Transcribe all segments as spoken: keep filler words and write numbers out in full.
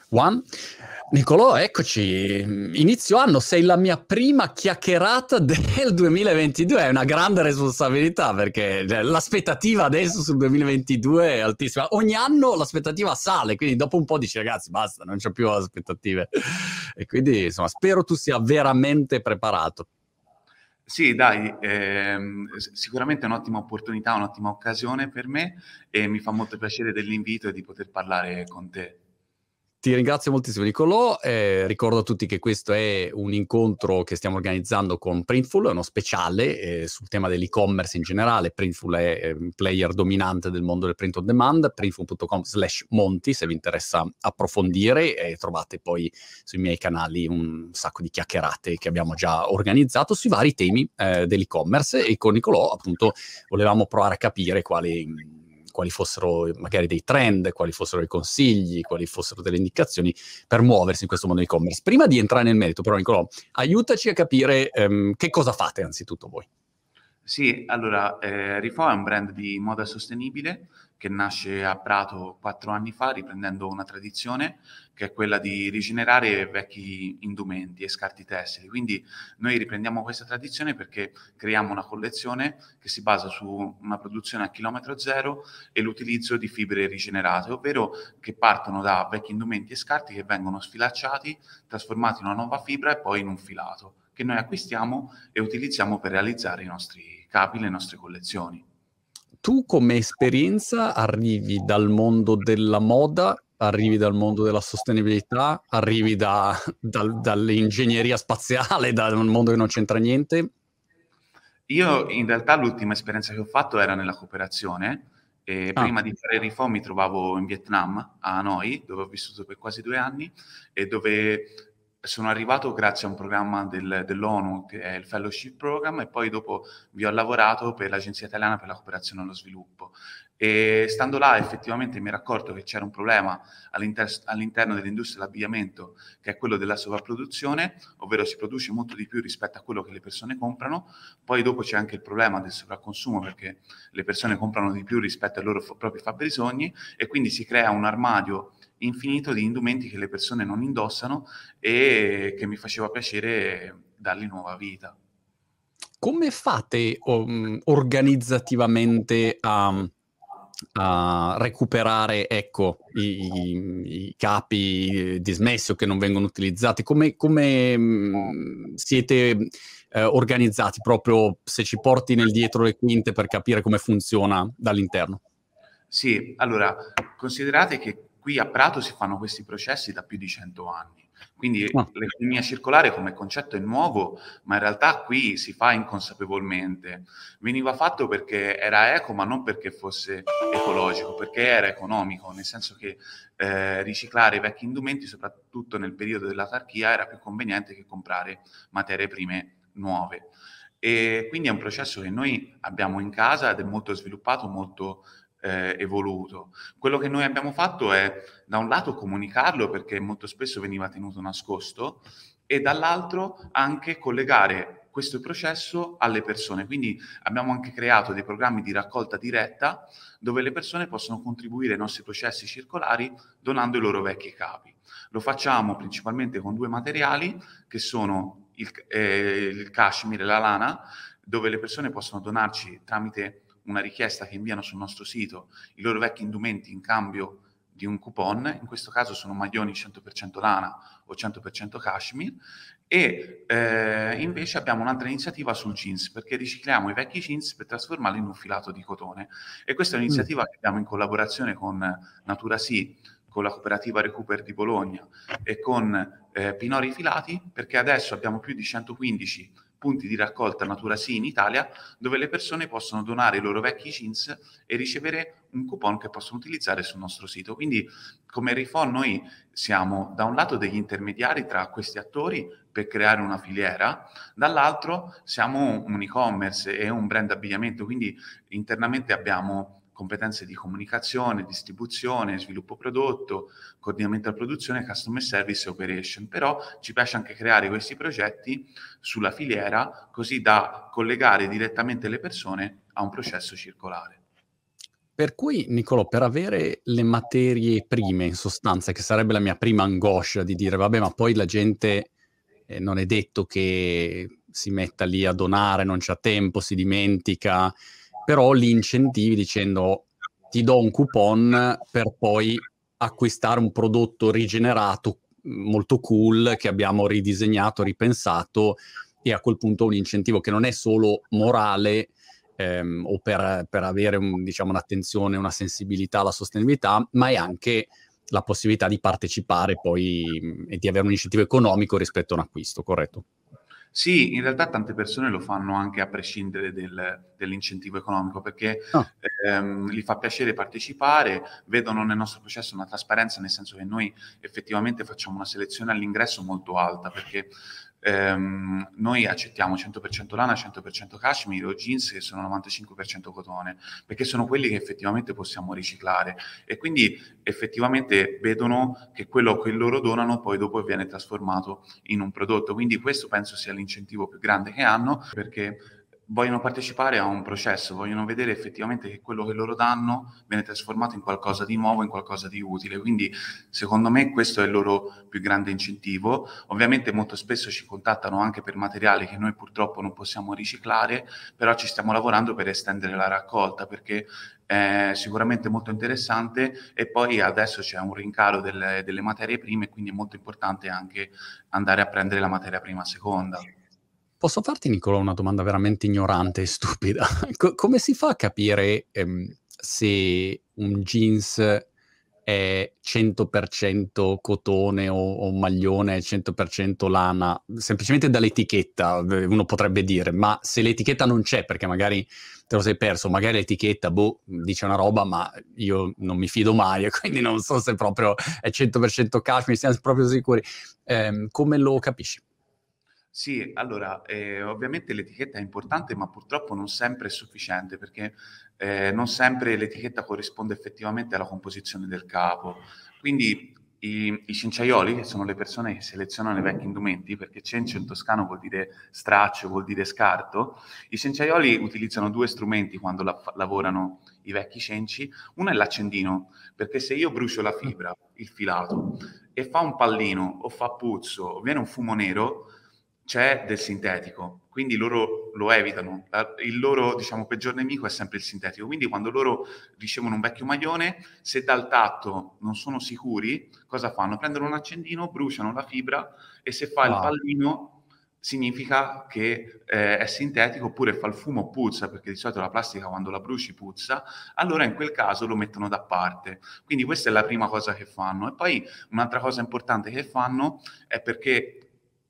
One. Nicolò, eccoci, inizio anno, sei la mia prima chiacchierata del duemilaventidue, è una grande responsabilità perché cioè, l'aspettativa adesso sul duemilaventidue è altissima, ogni anno l'aspettativa sale, quindi dopo un po' dici ragazzi basta, non c'ho più aspettative e quindi insomma spero tu sia veramente preparato. Sì, dai, ehm, sicuramente è un'ottima opportunità, un'ottima occasione per me e mi fa molto piacere dell'invito e di poter parlare con te. Ti ringrazio moltissimo Nicolò, eh, ricordo a tutti che questo è un incontro che stiamo organizzando con Printful, è uno speciale eh, sul tema dell'e-commerce in generale. Printful è un player dominante del mondo del print on demand, printful punto com slash monti se vi interessa approfondire, e trovate poi sui miei canali un sacco di chiacchierate che abbiamo già organizzato sui vari temi eh, dell'e-commerce, e con Nicolò appunto volevamo provare a capire quali... quali fossero magari dei trend, quali fossero i consigli, quali fossero delle indicazioni per muoversi in questo mondo e-commerce. Prima di entrare nel merito, però, Nicolò, aiutaci a capire um, che cosa fate anzitutto voi. Sì, allora, eh, Rifo è un brand di moda sostenibile che nasce a Prato quattro anni fa, riprendendo una tradizione che è quella di rigenerare vecchi indumenti e scarti tessili. Quindi noi riprendiamo questa tradizione perché creiamo una collezione che si basa su una produzione a chilometro zero e l'utilizzo di fibre rigenerate, ovvero che partono da vecchi indumenti e scarti che vengono sfilacciati, trasformati in una nuova fibra e poi in un filato, che noi acquistiamo e utilizziamo per realizzare i nostri capi, le nostre collezioni. Tu come esperienza arrivi dal mondo della moda, arrivi dal mondo della sostenibilità, arrivi da, dal, dall'ingegneria spaziale, da un mondo che non c'entra niente? Io in realtà l'ultima esperienza che ho fatto era nella cooperazione. E Ah. prima di fare Rifo mi trovavo in Vietnam, a Hanoi, dove ho vissuto per quasi due anni e dove sono arrivato grazie a un programma del, dell'ONU che è il Fellowship Program, e poi dopo vi ho lavorato per l'Agenzia Italiana per la Cooperazione allo Sviluppo. E stando là effettivamente mi ero accorto che c'era un problema all'inter- all'interno dell'industria dell'abbigliamento, che è quello della sovrapproduzione, ovvero si produce molto di più rispetto a quello che le persone comprano. Poi dopo c'è anche il problema del sovracconsumo, perché le persone comprano di più rispetto ai loro f- propri fabbisogni, e quindi si crea un armadio infinito di indumenti che le persone non indossano e che mi faceva piacere dargli nuova vita. Come fate um, organizzativamente a, a recuperare, ecco, i, i- i capi dismessi o che non vengono utilizzati? Come, come, mh, siete eh, organizzati proprio, se ci porti nel dietro le quinte per capire come funziona dall'interno? Sì, allora, considerate che qui a Prato si fanno questi processi da più di cento anni. Ah. Quindi l'economia circolare come concetto è nuovo, ma in realtà qui si fa inconsapevolmente. Veniva fatto perché era eco, ma non perché fosse ecologico, perché era economico, nel senso che eh, riciclare i vecchi indumenti, soprattutto nel periodo dell'autarchia, era più conveniente che comprare materie prime nuove. E quindi è un processo che noi abbiamo in casa ed è molto sviluppato, molto eh, evoluto. Quello che noi abbiamo fatto è, da un lato, comunicarlo perché molto spesso veniva tenuto nascosto, e dall'altro anche collegare questo processo alle persone. Quindi abbiamo anche creato dei programmi di raccolta diretta dove le persone possono contribuire ai nostri processi circolari donando i loro vecchi capi. Lo facciamo principalmente con due materiali che sono il, eh, il cashmere e la lana, dove le persone possono donarci tramite una richiesta che inviano sul nostro sito i loro vecchi indumenti in cambio di un coupon. In questo caso sono maglioni cento per cento lana o cento per cento cashmere. E eh, invece abbiamo un'altra iniziativa sul jeans, perché ricicliamo i vecchi jeans per trasformarli in un filato di cotone, e questa è Mm. un'iniziativa che abbiamo in collaborazione con Natura Sì, con la cooperativa Recuper di Bologna e con eh, Pinori Filati, perché adesso abbiamo più di centoquindici punti di raccolta Natura Sì in Italia, dove le persone possono donare i loro vecchi jeans e ricevere un coupon che possono utilizzare sul nostro sito. Quindi come Rifon noi siamo da un lato degli intermediari tra questi attori per creare una filiera, dall'altro siamo un e-commerce e un brand abbigliamento, quindi internamente abbiamo competenze di comunicazione, distribuzione, sviluppo prodotto, coordinamento della produzione, customer service e operation. Però ci piace anche creare questi progetti sulla filiera, così da collegare direttamente le persone a un processo circolare. Per cui, Nicolò, per avere le materie prime, in sostanza, che sarebbe la mia prima angoscia di dire, vabbè, ma poi la gente eh, non è detto che si metta lì a donare, non c'ha tempo, si dimentica, però li incentivi dicendo ti do un coupon per poi acquistare un prodotto rigenerato molto cool che abbiamo ridisegnato, ripensato, e a quel punto un incentivo che non è solo morale, ehm, o per, per avere un, diciamo, un'attenzione, una sensibilità alla sostenibilità, ma è anche la possibilità di partecipare poi mh, e di avere un incentivo economico rispetto a un acquisto, corretto? Sì, in realtà tante persone lo fanno anche a prescindere del- dell'incentivo economico, perché Ah, ehm, gli fa piacere partecipare, vedono nel nostro processo una trasparenza, nel senso che noi effettivamente facciamo una selezione all'ingresso molto alta, perché ehm, noi accettiamo cento per cento lana, cento per cento cashmere o jeans che sono novantacinque per cento cotone, perché sono quelli che effettivamente possiamo riciclare e quindi effettivamente vedono che quello che loro donano poi dopo viene trasformato in un prodotto. Quindi questo penso sia l'incentivo più grande che hanno, perché vogliono partecipare a un processo, vogliono vedere effettivamente che quello che loro danno viene trasformato in qualcosa di nuovo, in qualcosa di utile. Quindi secondo me questo è il loro più grande incentivo. Ovviamente molto spesso ci contattano anche per materiali che noi purtroppo non possiamo riciclare, però ci stiamo lavorando per estendere la raccolta, perché è sicuramente molto interessante e poi adesso c'è un rincaro delle, delle materie prime, quindi è molto importante anche andare a prendere la materia prima seconda. posso farti, Nicolò, una domanda veramente ignorante e stupida? Co- come si fa a capire ehm, se un jeans è cento per cento cotone o, o un maglione è cento per cento lana? Semplicemente dall'etichetta, eh, uno potrebbe dire, ma se l'etichetta non c'è, perché magari te lo sei perso, magari l'etichetta, boh, dice una roba, ma io non mi fido mai, e quindi non so se proprio è cento per cento cashmere, siamo proprio sicuri. Ehm, come lo capisci? Sì, allora, eh, ovviamente l'etichetta è importante, ma purtroppo non sempre è sufficiente, perché eh, non sempre l'etichetta corrisponde effettivamente alla composizione del capo. Quindi i, i cinciaioli, che sono le persone che selezionano i vecchi indumenti, perché cencio in toscano vuol dire straccio, vuol dire scarto, i cinciaioli utilizzano due strumenti quando la- lavorano i vecchi cenci. Uno è l'accendino, perché se io brucio la fibra, il filato, e fa un pallino o fa puzzo o viene un fumo nero, c'è del sintetico, quindi loro lo evitano. La- Il loro, diciamo, peggior nemico è sempre il sintetico. Quindi quando loro ricevono un vecchio maglione, se dal tatto non sono sicuri, cosa fanno? Prendono un accendino, bruciano la fibra e se fa il Wow. pallino significa che eh, è sintetico, oppure fa il fumo o puzza, perché di solito la plastica quando la bruci puzza, allora in quel caso lo mettono da parte. Quindi questa è la prima cosa che fanno. E poi un'altra cosa importante che fanno è perché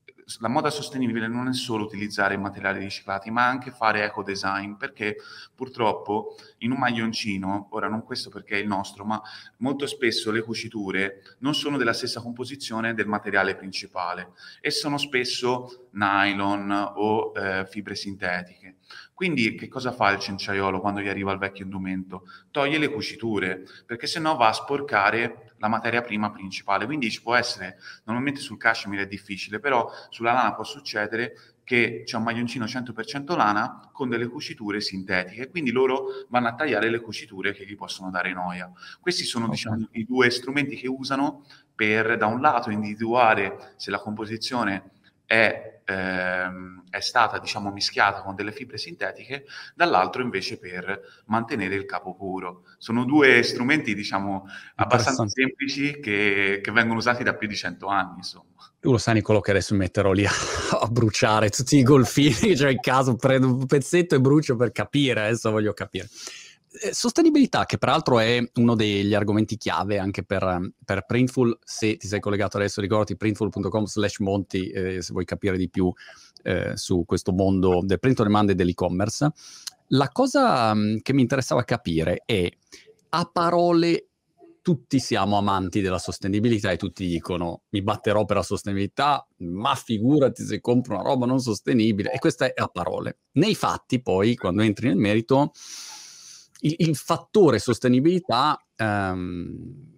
la moda sostenibile non è solo utilizzare materiali riciclati, ma anche fare eco design, perché purtroppo in un maglioncino, ora non questo perché è il nostro, ma molto spesso le cuciture non sono della stessa composizione del materiale principale e sono spesso nylon o eh, fibre sintetiche. Quindi che cosa fa il cenciaiolo quando gli arriva il vecchio indumento? Toglie le cuciture, perché sennò va a sporcare la materia prima principale. Quindi ci può essere, normalmente sul cashmere è difficile, però sulla lana può succedere che c'è un maglioncino cento per cento lana con delle cuciture sintetiche, quindi loro vanno a tagliare le cuciture che gli possono dare noia. Questi sono, Ok. diciamo, i due strumenti che usano per, da un lato, individuare se la composizione è, ehm, è stata, diciamo, mischiata con delle fibre sintetiche, dall'altro invece per mantenere il capo puro. Sono due strumenti, diciamo, abbastanza Interessante. semplici che, che vengono usati da più di cento anni, insomma. Tu lo sai, Nicolò, che adesso mi metterò lì a, a bruciare tutti i golfini, cioè in caso prendo un pezzetto e brucio per capire, adesso voglio capire. Eh, sostenibilità, che peraltro è uno degli argomenti chiave anche per, per Printful. Se ti sei collegato adesso, ricordati printful.com slash monti eh, se vuoi capire di più eh, su questo mondo del print on demand e dell'e-commerce. La cosa mh, che mi interessava capire è, a parole tutti siamo amanti della sostenibilità e tutti dicono mi batterò per la sostenibilità, ma figurati se compro una roba non sostenibile, e questa è a parole. Nei fatti poi, quando entri nel merito, il, il fattore sostenibilità ehm,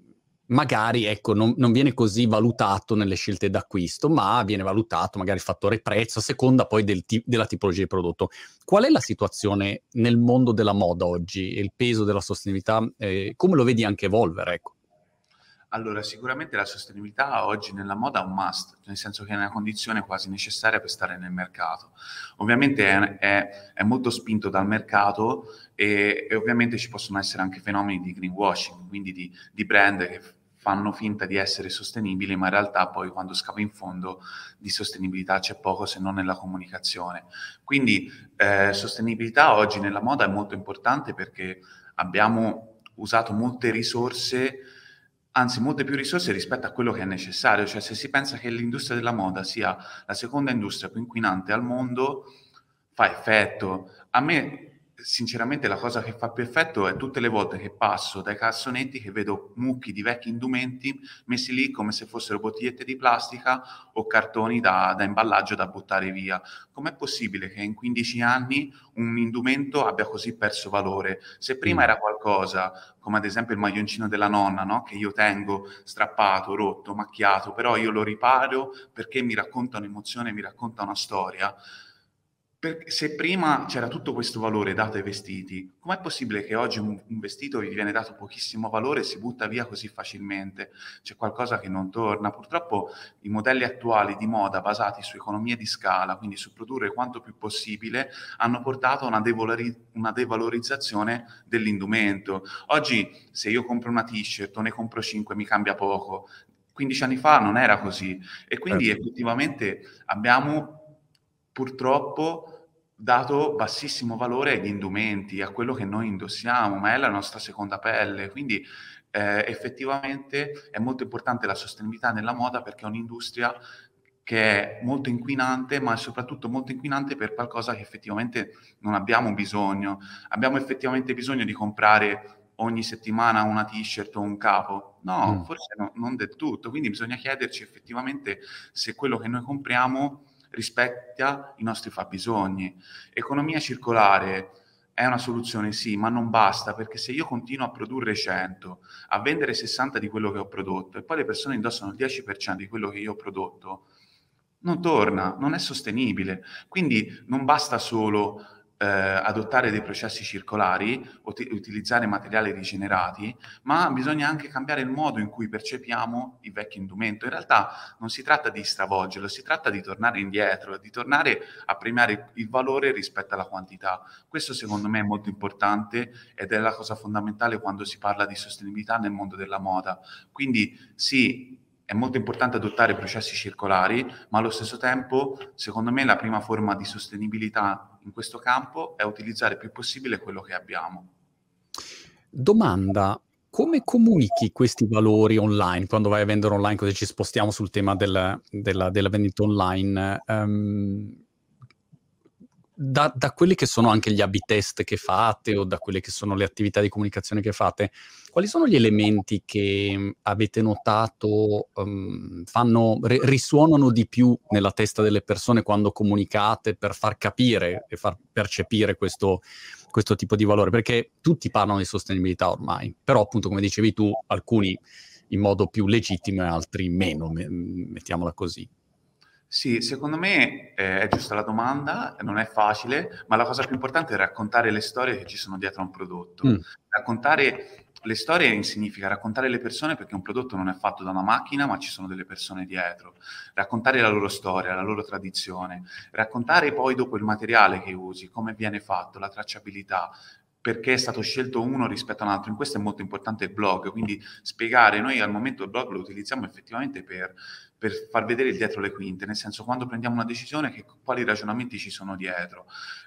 magari ecco, non, non viene così valutato nelle scelte d'acquisto, ma viene valutato magari il fattore prezzo, a seconda poi del ti- della tipologia di prodotto. Qual è la situazione nel mondo della moda oggi? E il peso della sostenibilità, eh, come lo vedi anche evolvere? Ecco. Allora, sicuramente la sostenibilità oggi nella moda è un must, nel senso che è una condizione quasi necessaria per stare nel mercato. Ovviamente è, è- è molto spinto dal mercato e, e ovviamente ci possono essere anche fenomeni di greenwashing, quindi di, di brand che f- fanno finta di essere sostenibili, ma in realtà poi quando scava in fondo di sostenibilità c'è poco se non nella comunicazione. Quindi eh, sostenibilità oggi nella moda è molto importante perché abbiamo usato molte risorse, anzi molte più risorse rispetto a quello che è necessario. Cioè, se si pensa che l'industria della moda sia la seconda industria più inquinante al mondo, fa effetto. A me, sinceramente, la cosa che fa più effetto è tutte le volte che passo dai cassonetti che vedo mucchi di vecchi indumenti messi lì come se fossero bottigliette di plastica o cartoni da, da imballaggio da buttare via. Com'è possibile che in quindici anni un indumento abbia così perso valore? Se prima Mm. era qualcosa, come ad esempio il maglioncino della nonna, no? Che io tengo strappato, rotto, macchiato, però io lo riparo perché mi racconta un'emozione, mi racconta una storia. Perché se prima c'era tutto questo valore dato ai vestiti, com'è possibile che oggi un, un vestito gli viene dato pochissimo valore e si butta via così facilmente? C'è qualcosa che non torna. Purtroppo i modelli attuali di moda basati su economie di scala, quindi su produrre quanto più possibile, hanno portato a una, devalori- una devalorizzazione dell'indumento. Oggi se io compro una t-shirt o ne compro cinque mi cambia poco. quindici anni fa non era così e quindi Certo. effettivamente abbiamo purtroppo dato bassissimo valore agli indumenti, a quello che noi indossiamo, ma è la nostra seconda pelle. Quindi eh, effettivamente è molto importante la sostenibilità nella moda perché è un'industria che è molto inquinante, ma è soprattutto molto inquinante per qualcosa che effettivamente non abbiamo bisogno. Abbiamo effettivamente bisogno di comprare ogni settimana una t-shirt o un capo? No, Mm. forse no, non del tutto. Quindi bisogna chiederci effettivamente se quello che noi compriamo rispecchia i nostri fabbisogni. Economia circolare è una soluzione, sì, ma non basta, perché se io continuo a produrre cento, a vendere sessanta di quello che ho prodotto e poi le persone indossano il dieci per cento di quello che io ho prodotto, non torna, non è sostenibile. Quindi non basta solo eh, adottare dei processi circolari, uti- utilizzare materiali rigenerati, ma bisogna anche cambiare il modo in cui percepiamo il vecchio indumento. In realtà non si tratta di stravolgerlo, si tratta di tornare indietro, di tornare a premiare il valore rispetto alla quantità. Questo secondo me è molto importante ed è la cosa fondamentale quando si parla di sostenibilità nel mondo della moda. Quindi sì, è molto importante adottare processi circolari, ma allo stesso tempo, secondo me, la prima forma di sostenibilità in questo campo è utilizzare il più possibile quello che abbiamo. Domanda: come comunichi questi valori online? Quando vai a vendere online, così ci spostiamo sul tema del della della vendita online, ehm, da da quelli che sono anche gli A/B test che fate o da quelle che sono le attività di comunicazione che fate, quali sono gli elementi che, mhmm, avete notato, uhm, fanno ri risuonano di più nella testa delle persone quando comunicate per far capire e far percepire questo questo tipo di valore? Perché tutti parlano di sostenibilità ormai, però appunto come dicevi tu, alcuni in modo più legittimo e altri meno, me mettiamola così. Sì, secondo me eh, è giusta la domanda, non è facile, ma la cosa più importante è raccontare le storie che ci sono dietro a un prodotto. Mh. Raccontare le storie significa raccontare le persone perché un prodotto non è fatto da una macchina, ma ci sono delle persone dietro. Raccontare la loro storia, la loro tradizione. Raccontare poi dopo il materiale che usi, come viene fatto, la tracciabilità, perché è stato scelto uno rispetto a un altro. In questo è molto importante il blog, quindi spiegare, noi al momento il blog lo utilizziamo effettivamente per, per far vedere il dietro le quinte, nel senso quando prendiamo una decisione che, quali ragionamenti ci sono dietro.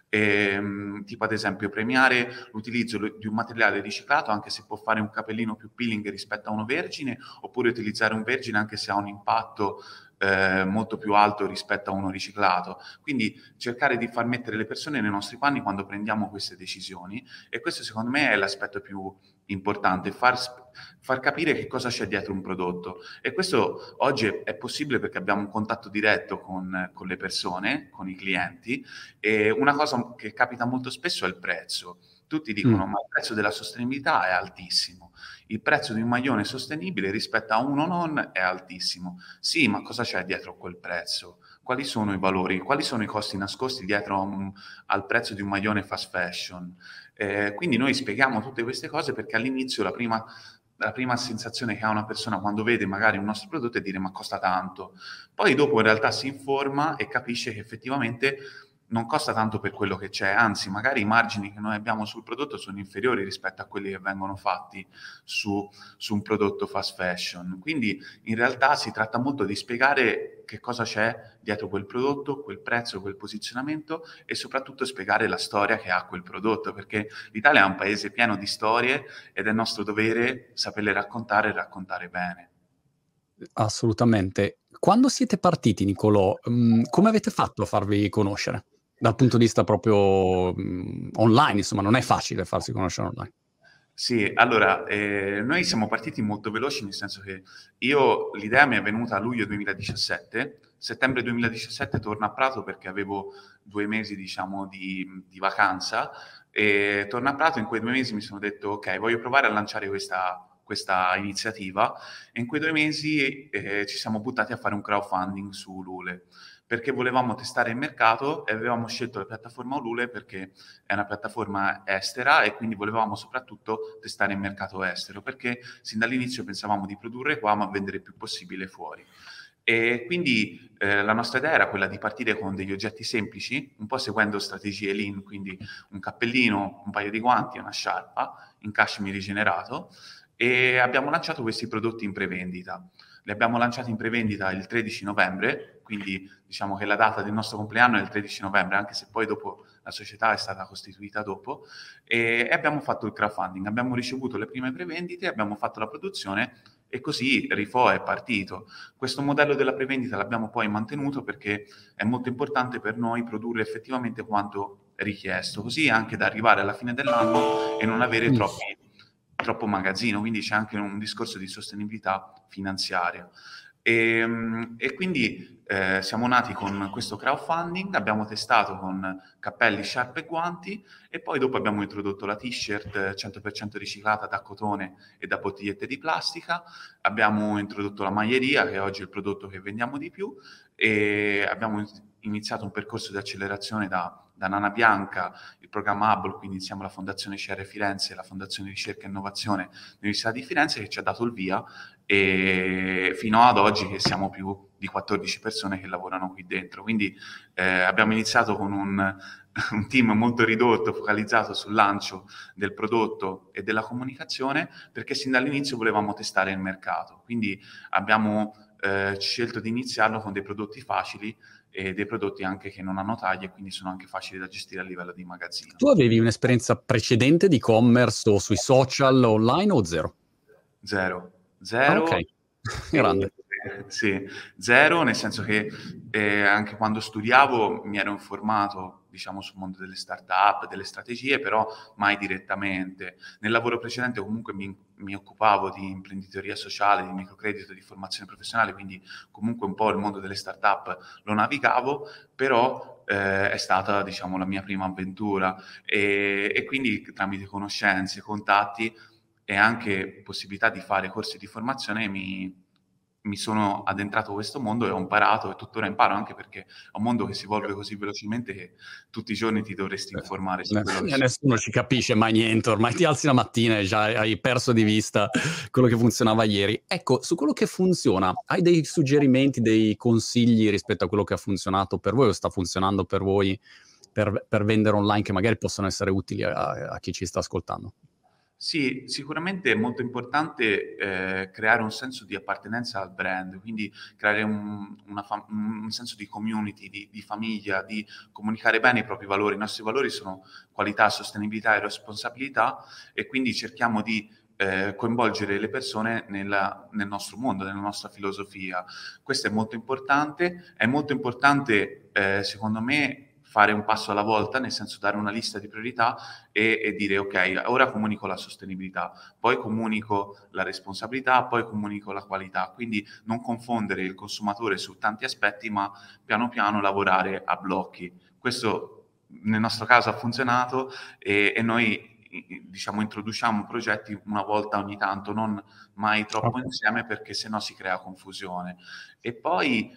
E, tipo ad esempio premiare l'utilizzo di un materiale riciclato anche se può fare un capellino più peeling rispetto a uno vergine, oppure utilizzare un vergine anche se ha un impatto eh, molto più alto rispetto a uno riciclato. Quindi cercare di far mettere le persone nei nostri panni quando prendiamo queste decisioni, e questo secondo me è l'aspetto più importante, far, far capire che cosa c'è dietro un prodotto. E questo oggi è, è possibile perché abbiamo un contatto diretto con, con le persone, con i clienti, e una cosa che capita molto spesso è il prezzo. tutti dicono Mm. ma il prezzo della sostenibilità è altissimo, il prezzo di un maglione sostenibile rispetto a uno non è altissimo. Sì, ma cosa c'è dietro quel prezzo? Quali sono i valori? Quali sono i costi nascosti dietro a un, al prezzo di un maglione fast fashion? Eh, quindi noi spieghiamo tutte queste cose perché all'inizio la prima, la prima sensazione che ha una persona quando vede magari un nostro prodotto è dire ma costa tanto. Poi dopo in realtà si informa e capisce che effettivamente non costa tanto per quello che c'è, anzi magari i margini che noi abbiamo sul prodotto sono inferiori rispetto a quelli che vengono fatti su, su un prodotto fast fashion. Quindi in realtà si tratta molto di spiegare che cosa c'è dietro quel prodotto, quel prezzo, quel posizionamento e soprattutto spiegare la storia che ha quel prodotto, perché l'Italia è un paese pieno di storie ed è nostro dovere saperle raccontare e raccontare bene. Assolutamente. Quando siete partiti, Nicolò, mh, come avete fatto a farvi conoscere? Dal punto di vista proprio mh, online, insomma, non è facile farsi conoscere online. Sì, allora, eh, noi siamo partiti molto veloci, nel senso che io, l'idea mi è venuta a luglio duemiladiciassette, settembre duemiladiciassette torno a Prato perché avevo due mesi, diciamo, di, di vacanza, e torno a Prato, in quei due mesi mi sono detto, ok, voglio provare a lanciare questa, questa iniziativa, e in quei due mesi eh, ci siamo buttati a fare un crowdfunding su Ulule, perché volevamo testare il mercato e avevamo scelto la piattaforma Ulule perché è una piattaforma estera e quindi volevamo soprattutto testare il mercato estero, perché sin dall'inizio pensavamo di produrre qua ma vendere il più possibile fuori. E quindi eh, la nostra idea era quella di partire con degli oggetti semplici, un po' seguendo strategie lean, quindi un cappellino, un paio di guanti e una sciarpa in cashmere rigenerato, e abbiamo lanciato questi prodotti in prevendita. Li abbiamo lanciati in prevendita il tredici novembre, quindi diciamo che la data del nostro compleanno è il tredici novembre, anche se poi dopo la società è stata costituita dopo, e abbiamo fatto il crowdfunding, abbiamo ricevuto le prime prevendite, abbiamo fatto la produzione e così Rifo è partito. Questo modello della prevendita l'abbiamo poi mantenuto perché è molto importante per noi produrre effettivamente quanto richiesto, così anche da arrivare alla fine dell'anno e non avere Mm. troppi, troppo magazzino, quindi c'è anche un discorso di sostenibilità finanziaria. E, e quindi eh, siamo nati con questo crowdfunding, abbiamo testato con cappelli, sciarpe e guanti e poi dopo abbiamo introdotto la t-shirt cento per cento riciclata da cotone e da bottigliette di plastica, abbiamo introdotto la maglieria che oggi è il prodotto che vendiamo di più e abbiamo iniziato un percorso di accelerazione da, da Nana Bianca, il programma Hubble, quindi insieme alla Fondazione C R Firenze e la Fondazione Ricerca e Innovazione dell'Università di Firenze che ci ha dato il via e fino ad oggi che siamo più di quattordici persone che lavorano qui dentro. Quindi eh, abbiamo iniziato con un, un team molto ridotto, focalizzato sul lancio del prodotto e della comunicazione, perché sin dall'inizio volevamo testare il mercato. Quindi abbiamo eh, scelto di iniziarlo con dei prodotti facili e dei prodotti anche che non hanno taglie, quindi sono anche facili da gestire a livello di magazzino. Tu avevi un'esperienza precedente di e-commerce o sui social online o zero? Zero. Ah, ok. Zero. Grande. Eh, sì, zero, nel senso che eh, anche quando studiavo mi ero informato, diciamo, sul mondo delle start-up, delle strategie, però mai direttamente. Nel lavoro precedente comunque mi, mi occupavo di imprenditoria sociale, di microcredito, di formazione professionale, quindi comunque un po' il mondo delle start-up lo navigavo, però eh, è stata, diciamo, la mia prima avventura e, e quindi tramite conoscenze, contatti e anche possibilità di fare corsi di formazione mi, mi sono addentrato in questo mondo e ho imparato e tuttora imparo anche perché è un mondo che si evolve così velocemente che tutti i giorni ti dovresti informare su quello che succede. Nessuno ci capisce mai niente, ormai ti alzi la mattina e già hai perso di vista quello che funzionava ieri. Ecco, su quello che funziona, hai dei suggerimenti, dei consigli rispetto a quello che ha funzionato per voi o sta funzionando per voi per, per vendere online che magari possono essere utili a, a chi ci sta ascoltando? Sì, sicuramente è molto importante eh, creare un senso di appartenenza al brand, quindi creare un, una fam- un senso di community, di, di famiglia, di comunicare bene i propri valori. I nostri valori sono qualità, sostenibilità e responsabilità e quindi cerchiamo di eh, coinvolgere le persone nella- nel nostro mondo, nella nostra filosofia. Questo è molto importante. È molto importante, eh, secondo me, fare un passo alla volta, nel senso dare una lista di priorità e, e dire ok, ora comunico la sostenibilità, poi comunico la responsabilità, poi comunico la qualità. Quindi non confondere il consumatore su tanti aspetti, ma piano piano lavorare a blocchi. Questo nel nostro caso ha funzionato e, e noi diciamo introduciamo progetti una volta ogni tanto, non mai troppo Okay. insieme, perché sennò si crea confusione. E poi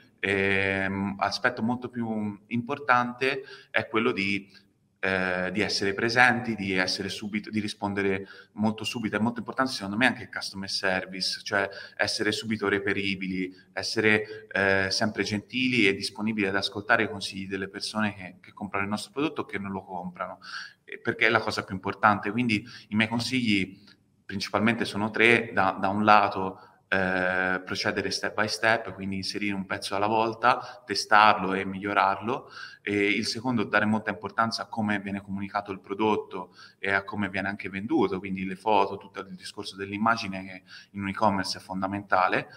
ehm, aspetto molto più importante è quello di eh, di essere presenti, di essere subito, di rispondere molto subito. È molto importante secondo me anche il customer service, cioè essere subito reperibili, essere eh, sempre gentili e disponibili ad ascoltare i consigli delle persone che, che comprano il nostro prodotto o che non lo comprano, eh, perché è la cosa più importante. Quindi i miei consigli principalmente sono tre: da, da un lato eh, procedere step by step, quindi inserire un pezzo alla volta, testarlo e migliorarlo. E il secondo, dare molta importanza a come viene comunicato il prodotto e a come viene anche venduto, quindi le foto, tutto il discorso dell'immagine che in un e-commerce è fondamentale.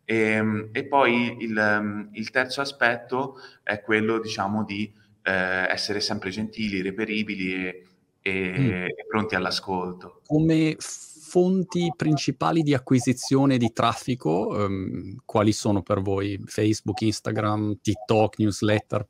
E, e poi il, il terzo aspetto è quello, diciamo, di eh, essere sempre gentili, reperibili e, Mh. e, e pronti all'ascolto. Come fonti principali di acquisizione di traffico, ehm, quali sono per voi? Facebook, Instagram, TikTok, newsletter?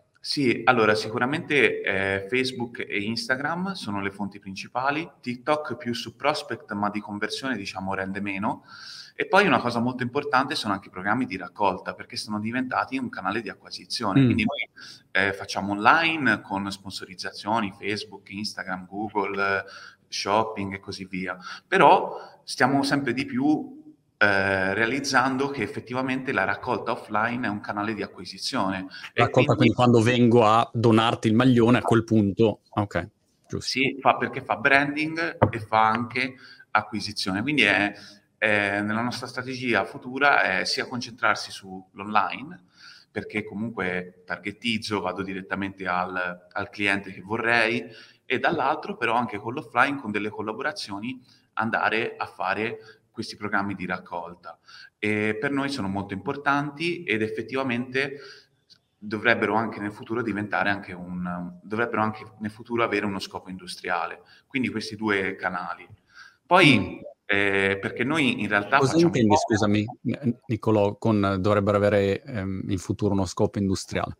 Sì, allora sicuramente eh, Facebook e Instagram sono le fonti principali, TikTok più su prospect, ma di conversione diciamo rende meno. E poi una cosa molto importante sono anche i programmi di raccolta, perché sono diventati un canale di acquisizione. Mh. Quindi noi eh, facciamo online con sponsorizzazioni, Facebook, Instagram, Google, eh, shopping e così via. Però stiamo sempre di più eh, realizzando che effettivamente la raccolta offline è un canale di acquisizione e Raccolta, quindi quindi quando vengo a donarti il maglione, a quel punto okay, giusto. sì, fa, perché fa branding e fa anche acquisizione. Quindi è, è- nella nostra strategia futura è sia concentrarsi sull'online, perché comunque targetizzo, vado direttamente al, al cliente che vorrei, e dall'altro però anche con l'offline, con delle collaborazioni, andare a fare questi programmi di raccolta. E per noi sono molto importanti ed effettivamente dovrebbero anche nel futuro diventare anche un, dovrebbero anche nel futuro avere uno scopo industriale. Quindi questi due canali. Mh. Poi, eh, perché noi in realtà Cosa facciamo intendi, scusami, N Nicolò, con dovrebbero avere, ehm, in futuro uno scopo industriale?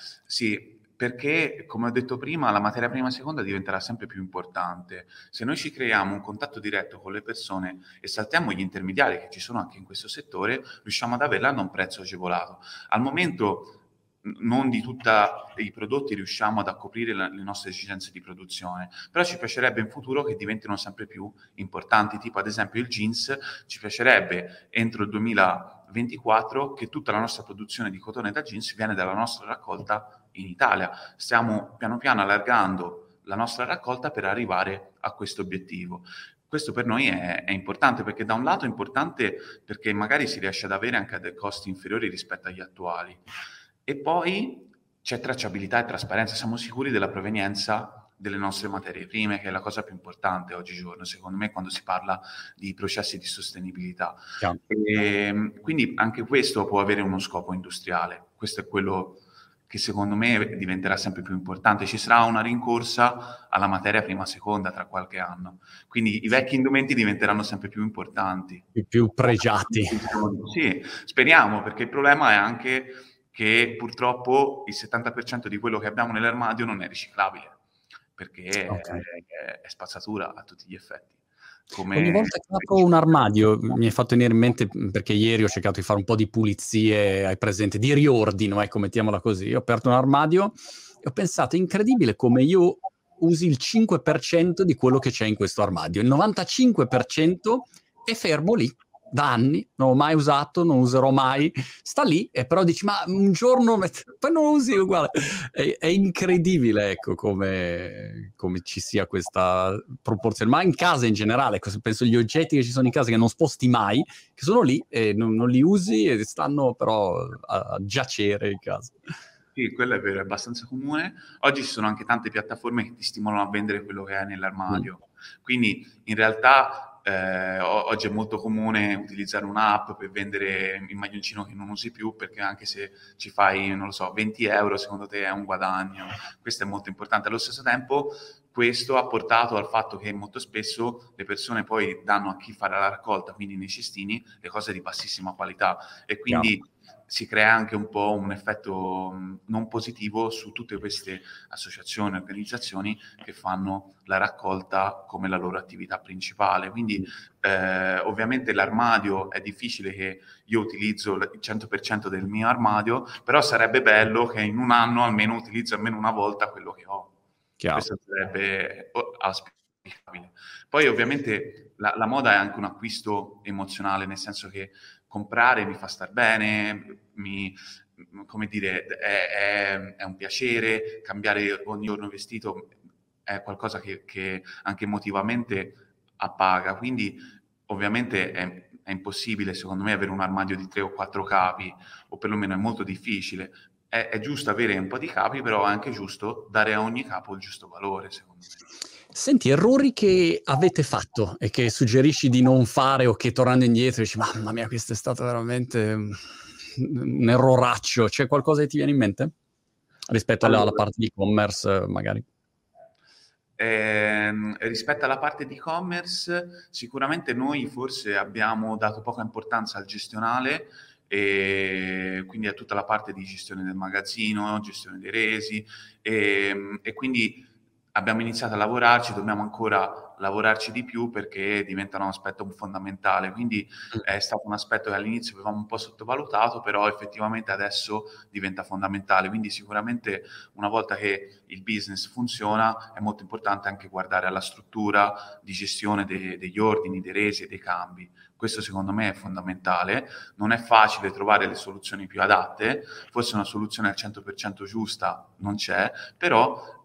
Sì, perché come ho detto prima, la materia prima seconda diventerà sempre più importante. Se noi ci creiamo un contatto diretto con le persone e saltiamo gli intermediari che ci sono anche in questo settore, riusciamo ad averla a un prezzo agevolato. Al momento n- non di tutti i prodotti riusciamo ad coprire la- le nostre esigenze di produzione, però ci piacerebbe in futuro che diventino sempre più importanti, tipo ad esempio il jeans. Ci piacerebbe entro il duemilaventiquattro che tutta la nostra produzione di cotone da jeans viene dalla nostra raccolta in Italia. Stiamo piano piano allargando la nostra raccolta per arrivare a questo obiettivo. Questo per noi è, è importante, perché da un lato è importante perché magari si riesce ad avere anche a dei costi inferiori rispetto agli attuali, e poi c'è tracciabilità e trasparenza, siamo sicuri della provenienza delle nostre materie prime, che è la cosa più importante oggigiorno, secondo me, quando si parla di processi di sostenibilità. Chiaro. E, quindi anche questo può avere uno scopo industriale. Questo è quello che secondo me diventerà sempre più importante. Ci sarà una rincorsa alla materia prima seconda tra qualche anno. Quindi i vecchi indumenti diventeranno sempre più importanti. I più pregiati. Sì, speriamo, perché il problema è anche che purtroppo il settanta per cento di quello che abbiamo nell'armadio non è riciclabile, perché è, Okay. è- è spazzatura a tutti gli effetti. Ogni Come... volta che apro un armadio, mi è fatto venire in mente, mhmm, perché ieri ho cercato di fare un po' di pulizie, hai presente, di riordino, ecco, mettiamola così. Ho aperto un armadio e ho pensato: "È incredibile come io usi il cinque per cento di quello che c'è in questo armadio. Il novantacinque per cento è fermo lì da anni, non l'ho mai usato, non userò mai, sta lì e però dici: "Ma un giorno met" poi non lo usi uguale." È è incredibile, ecco, come come ci sia questa proporzione. Ma in casa in generale, ecco, se penso agli oggetti che ci sono in casa che non sposti mai, che sono lì e non non li usi e stanno però a a giacere in casa. Sì, quello è vero, è abbastanza comune. Oggi ci sono anche tante piattaforme che ti stimolano a vendere quello che hai Mh. nell'armadio. Quindi in realtà eh, o- oggi è molto comune utilizzare un'app per vendere il maglioncino che non usi più, perché anche se ci fai, non lo so, venti euro, secondo te è un guadagno. Questo è molto importante. Allo stesso tempo, questo ha portato al fatto che molto spesso le persone poi danno a chi farà la raccolta, quindi nei cestini, le cose di bassissima qualità, e Chiaro. quindi si crea anche un po' un effetto mh, non positivo su tutte queste associazioni, organizzazioni che fanno la raccolta come la loro attività principale. Quindi eh, ovviamente l'armadio è difficile che io utilizzo il cento per cento del mio armadio, però sarebbe bello che in un anno almeno utilizzo almeno una volta quello che ho. Chiaro. Questo sarebbe oh, auspicabile. Poi ovviamente la, la moda è anche un acquisto emozionale, nel senso che comprare mi fa star bene, mi, come dire, è, è, è un piacere, cambiare ogni giorno vestito è qualcosa che, che anche emotivamente appaga, quindi ovviamente è, è impossibile secondo me avere un armadio di tre o quattro capi, o perlomeno è molto difficile. È, è giusto avere un po' di capi, però è anche giusto dare a ogni capo il giusto valore, secondo me. Senti, errori che avete fatto e che suggerisci di non fare, o che tornando indietro dici mamma mia, questo è stato veramente un erroraccio. C'è qualcosa che ti viene in mente rispetto alla, Allora, alla parte di e-commerce magari? Eh, rispetto alla parte di e-commerce, sicuramente noi forse abbiamo dato poca importanza al gestionale, e quindi a tutta la parte di gestione del magazzino, gestione dei resi, e, e quindi abbiamo iniziato a lavorarci, dobbiamo ancora lavorarci di più perché diventa un aspetto fondamentale. Quindi è stato un aspetto che all'inizio avevamo un po' sottovalutato, però effettivamente adesso diventa fondamentale. Quindi sicuramente una volta che il business funziona è molto importante anche guardare alla struttura di gestione de- degli ordini, dei resi e dei cambi. Questo secondo me è fondamentale. Non è facile trovare le soluzioni più adatte, forse una soluzione al cento per cento giusta non c'è, però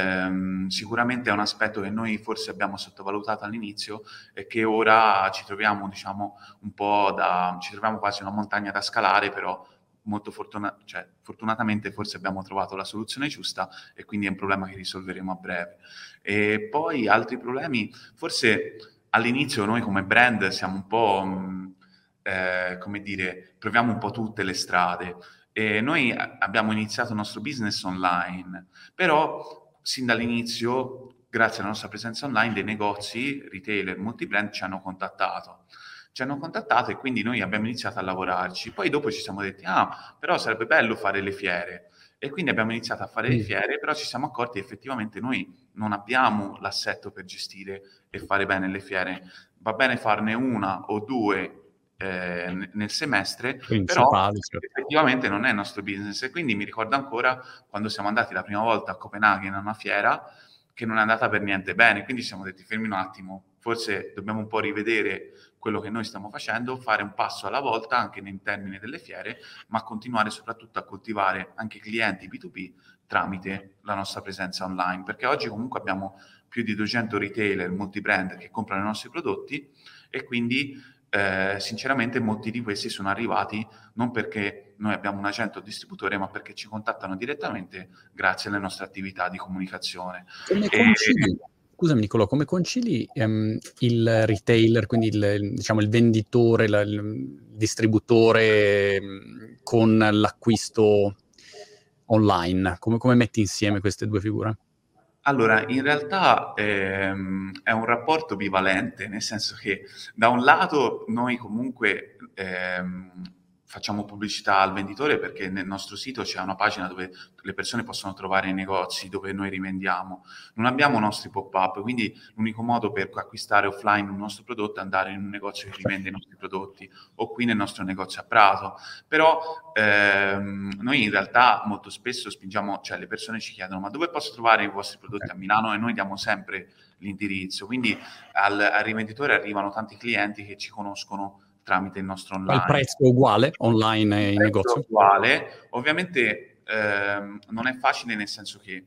ehm, sicuramente è un aspetto che noi forse abbiamo sottovalutato all'inizio e che ora ci troviamo, diciamo, un po' da... ci troviamo quasi una montagna da scalare, però molto fortuna- cioè, fortunatamente forse abbiamo trovato la soluzione giusta e quindi è un problema che risolveremo a breve. E poi altri problemi, forse all'inizio noi come brand siamo un po', mh, eh, come dire, proviamo un po' tutte le strade. E noi a- abbiamo iniziato il nostro business online, però sin dall'inizio, grazie alla nostra presenza online, dei negozi, retailer, multibrand ci hanno contattato. Ci hanno contattato e quindi noi abbiamo iniziato a lavorarci. Poi dopo ci siamo detti, ah, però sarebbe bello fare le fiere. E quindi abbiamo iniziato a fare le Mm. fiere, però ci siamo accorti che effettivamente noi non abbiamo l'assetto per gestire e fare bene le fiere. Va bene farne una o due eh, n- nel semestre, però Principali, certo. effettivamente non è il nostro business. E quindi mi ricordo ancora quando siamo andati la prima volta a Copenaghen a una fiera che non è andata per niente bene, quindi ci siamo detti fermi un attimo, forse dobbiamo un po' rivedere quello che noi stiamo facendo, fare un passo alla volta anche nei termini delle fiere, ma continuare soprattutto a coltivare anche clienti B due B tramite la nostra presenza online, perché oggi comunque abbiamo più di duecento retailer, multibrand che comprano i nostri prodotti e quindi eh, sinceramente molti di questi sono arrivati non perché noi abbiamo un agente o distributore, ma perché ci contattano direttamente grazie alle nostre attività di comunicazione. Come E, concili, scusami Nicolò, come concili ehm, il retailer, quindi il, il- diciamo il venditore, la- il distributore ehm, con l'acquisto online? Come, come metti insieme queste due figure? Allora, in realtà ehm, è un rapporto bivalente, nel senso che da un lato noi comunque ehm, facciamo pubblicità al venditore perché nel nostro sito c'è una pagina dove le persone possono trovare i negozi dove noi rivendiamo. Non abbiamo nostri pop-up, quindi l'unico modo per acquistare offline un nostro prodotto è andare in un negozio che rivende i nostri prodotti o qui nel nostro negozio a Prato. Però ehm, noi in realtà molto spesso spingiamo, cioè le persone ci chiedono ma dove posso trovare i vostri prodotti a Milano e noi diamo sempre l'indirizzo, quindi al, al rivenditore arrivano tanti clienti che ci conoscono tramite il nostro Ma il online. prezzo è uguale online e in Prezzo negozio? uguale, ovviamente ehm, non è facile nel senso che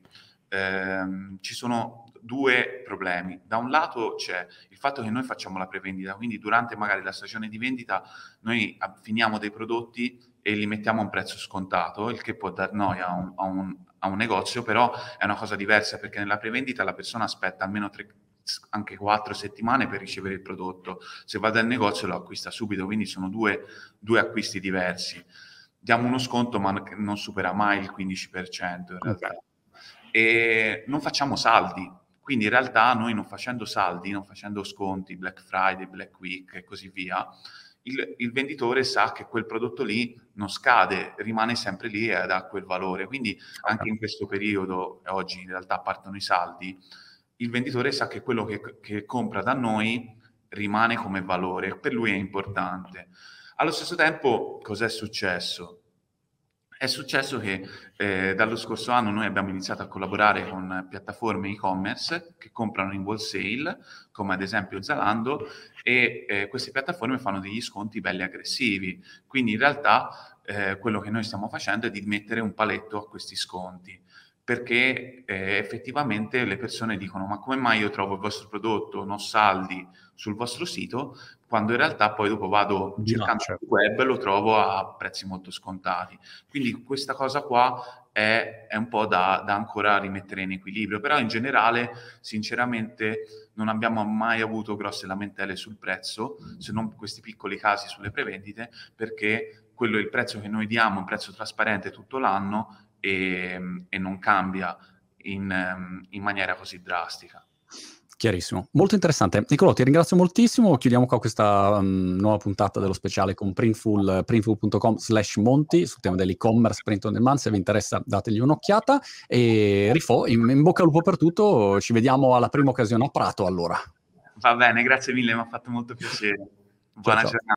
ehm, ci sono due problemi. Da un lato c'è il fatto che noi facciamo la prevendita, quindi durante magari la stagione di vendita noi finiamo dei prodotti e li mettiamo a un prezzo scontato, il che può dar noia a un, a un, a un negozio, però è una cosa diversa perché nella prevendita la persona aspetta almeno tre, anche quattro settimane per ricevere il prodotto. Se va dal negozio lo acquista subito, quindi sono due, due acquisti diversi. Diamo uno sconto ma non supera mai il quindici per cento in Ok. realtà. E non facciamo saldi, quindi in realtà noi non facendo saldi, non facendo sconti, Black Friday, Black Week e così via, il, il venditore sa che quel prodotto lì non scade, rimane sempre lì ed ha quel valore. Quindi anche in questo periodo, oggi in realtà partono i saldi, il venditore sa che quello che, che compra da noi rimane come valore, per lui è importante. Allo stesso tempo, cos'è successo? È successo che eh, dallo scorso anno noi abbiamo iniziato a collaborare con piattaforme e-commerce che comprano in wholesale, come ad esempio Zalando, e eh, queste piattaforme fanno degli sconti belli aggressivi. Quindi in realtà eh, quello che noi stiamo facendo è di mettere un paletto a questi sconti, perché eh, effettivamente le persone dicono: ma come mai io trovo il vostro prodotto non saldi sul vostro sito, quando in realtà poi dopo vado Di no, cercando certo. sul web e lo trovo a prezzi molto scontati. Quindi questa cosa qua è, è un po' da, da ancora rimettere in equilibrio, però in generale sinceramente non abbiamo mai avuto grosse lamentele sul prezzo, se non questi piccoli casi sulle prevendite, perché quello è il prezzo che noi diamo, un prezzo trasparente tutto l'anno e, e non cambia in, in maniera così drastica. Chiarissimo, molto interessante. Nicolò, ti ringrazio moltissimo. Chiudiamo qua questa um, nuova puntata dello speciale con Printful, printful punto com slash Monti sul tema dell'e-commerce print on demand. Se vi interessa, dategli un'occhiata. E Rifo, in, in bocca al lupo per tutto. Ci vediamo alla prima occasione a Prato allora. Va bene, grazie mille, mi ha fatto molto piacere. Buona Ciao, ciao. giornata.